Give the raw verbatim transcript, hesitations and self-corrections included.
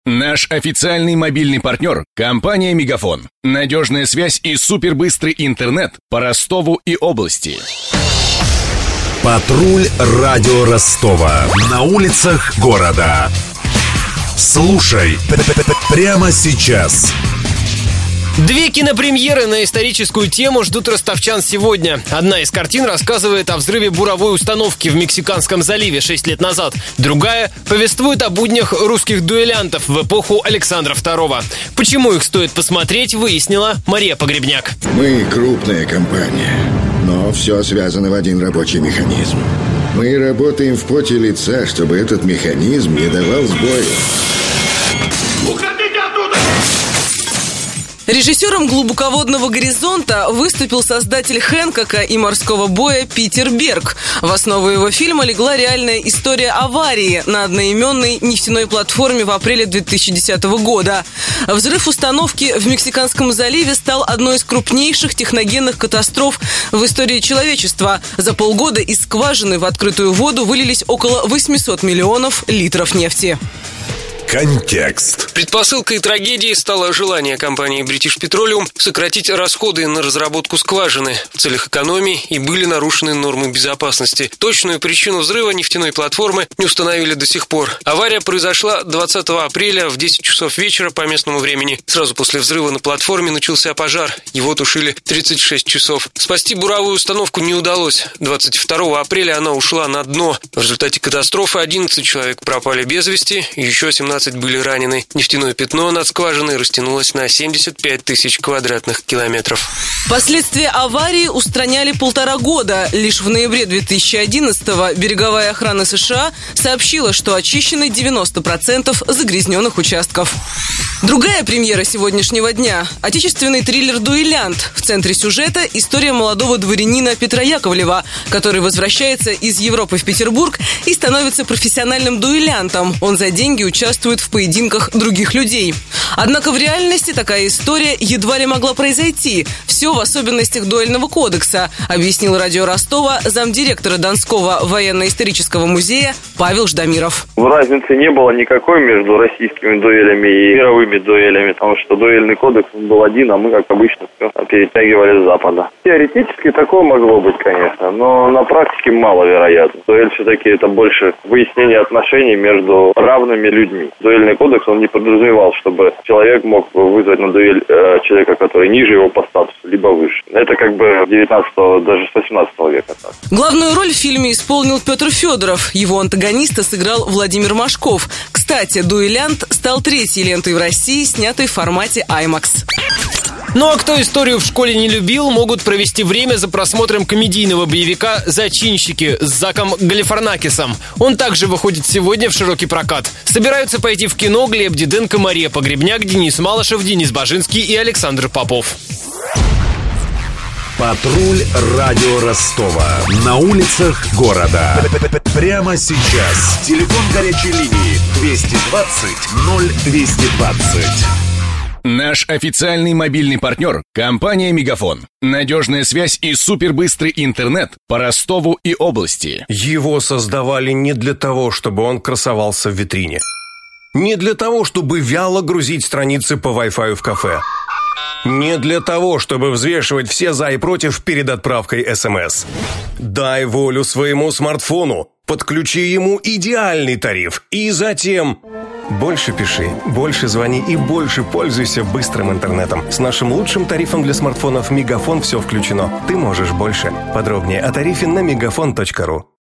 Наш официальный мобильный партнер – компания «Мегафон». Надежная связь и супербыстрый интернет по Ростову и области. Патруль радио Ростова. На улицах города. Слушай прямо сейчас. Две кинопремьеры на историческую тему ждут ростовчан сегодня. Одна из картин рассказывает о взрыве буровой установки в Мексиканском заливе шесть лет назад. Другая повествует о буднях русских дуэлянтов в эпоху Александра второго. Почему их стоит посмотреть, выяснила Мария Погребняк. Мы крупная компания, но все связано в один рабочий механизм. Мы работаем в поте лица, чтобы этот механизм не давал сбоя. Режиссером «Глубоководного горизонта» выступил создатель «Хэнкока» и «Морского боя» Питер Берг. В основу его фильма легла реальная история аварии на одноименной нефтяной платформе в апреле две тысячи десятого года. Взрыв установки в Мексиканском заливе стал одной из крупнейших техногенных катастроф в истории человечества. За полгода из скважины в открытую воду вылились около восемьсот миллионов литров нефти. Контекст. Предпосылкой трагедии стало желание компании British Petroleum сократить расходы на разработку скважины. В целях экономии и были нарушены нормы безопасности. Точную причину взрыва нефтяной платформы не установили до сих пор. Авария произошла двадцатого апреля в десять часов вечера по местному времени. Сразу после взрыва на платформе начался пожар. Его тушили тридцать шесть часов. Спасти буровую установку не удалось. двадцать второго апреля она ушла на дно. В результате катастрофы одиннадцать человек пропали без вести, и еще семнадцать были ранены. Нефтяное пятно над скважиной растянулось на семьдесят пять тысяч квадратных километров. Последствия аварии устраняли полтора года. Лишь в ноябре две тысячи одиннадцатого береговая охрана США сообщила, что очищены девяносто процентов загрязненных участков. Другая премьера сегодняшнего дня – отечественный триллер «Дуэлянт». В центре сюжета история молодого дворянина Петра Яковлева, который возвращается из Европы в Петербург и становится профессиональным дуэлянтом. Он за деньги участвует в поединках других людей. Однако в реальности такая история едва ли могла произойти. Все в особенностях дуэльного кодекса, объяснил радио Ростова замдиректора Донского военно-исторического музея Павел Ждамиров. Разницы не было никакой между российскими дуэлями и мировыми дуэлями, потому что дуэльный кодекс был один, а мы, как обычно, все перетягивали с Запада. Теоретически такое могло быть, конечно, но на практике маловероятно. Дуэль все-таки это больше выяснение отношений между равными людьми. Дуэльный кодекс, он не подразумевал, чтобы человек мог вызвать на дуэль э, человека, который ниже его по статусу, либо выше. Это как бы девятнадцатого, даже с восемнадцатого века. Так. Главную роль в фильме исполнил Петр Федоров. Его антагониста сыграл Владимир Машков. Кстати, «Дуэлянт» стал третьей лентой в России, снятой в формате IMAX. Ну а кто историю в школе не любил, могут провести время за просмотром комедийного боевика «Зачинщики» с Заком Галифарнакисом. Он также выходит сегодня в широкий прокат. Собираются пойти в кино Глеб Диденко, Мария Погребняк, Денис Малышев, Денис Бажинский и Александр Попов. Патруль радио Ростова. На улицах города. Прямо сейчас. Телефон горячей линии двести двадцать ноль двести двадцать. Наш официальный мобильный партнер – компания «Мегафон». Надежная связь и супербыстрый интернет по Ростову и области. Его создавали не для того, чтобы он красовался в витрине. Не для того, чтобы вяло грузить страницы по Wi-Fi в кафе. Не для того, чтобы взвешивать все за и против перед отправкой эс эм эс. Дай волю своему смартфону. Подключи ему идеальный тариф. И затем... Больше пиши, больше звони и больше пользуйся быстрым интернетом. С нашим лучшим тарифом для смартфонов «Мегафон» все включено. Ты можешь больше. Подробнее о тарифе на мегафон точка ру.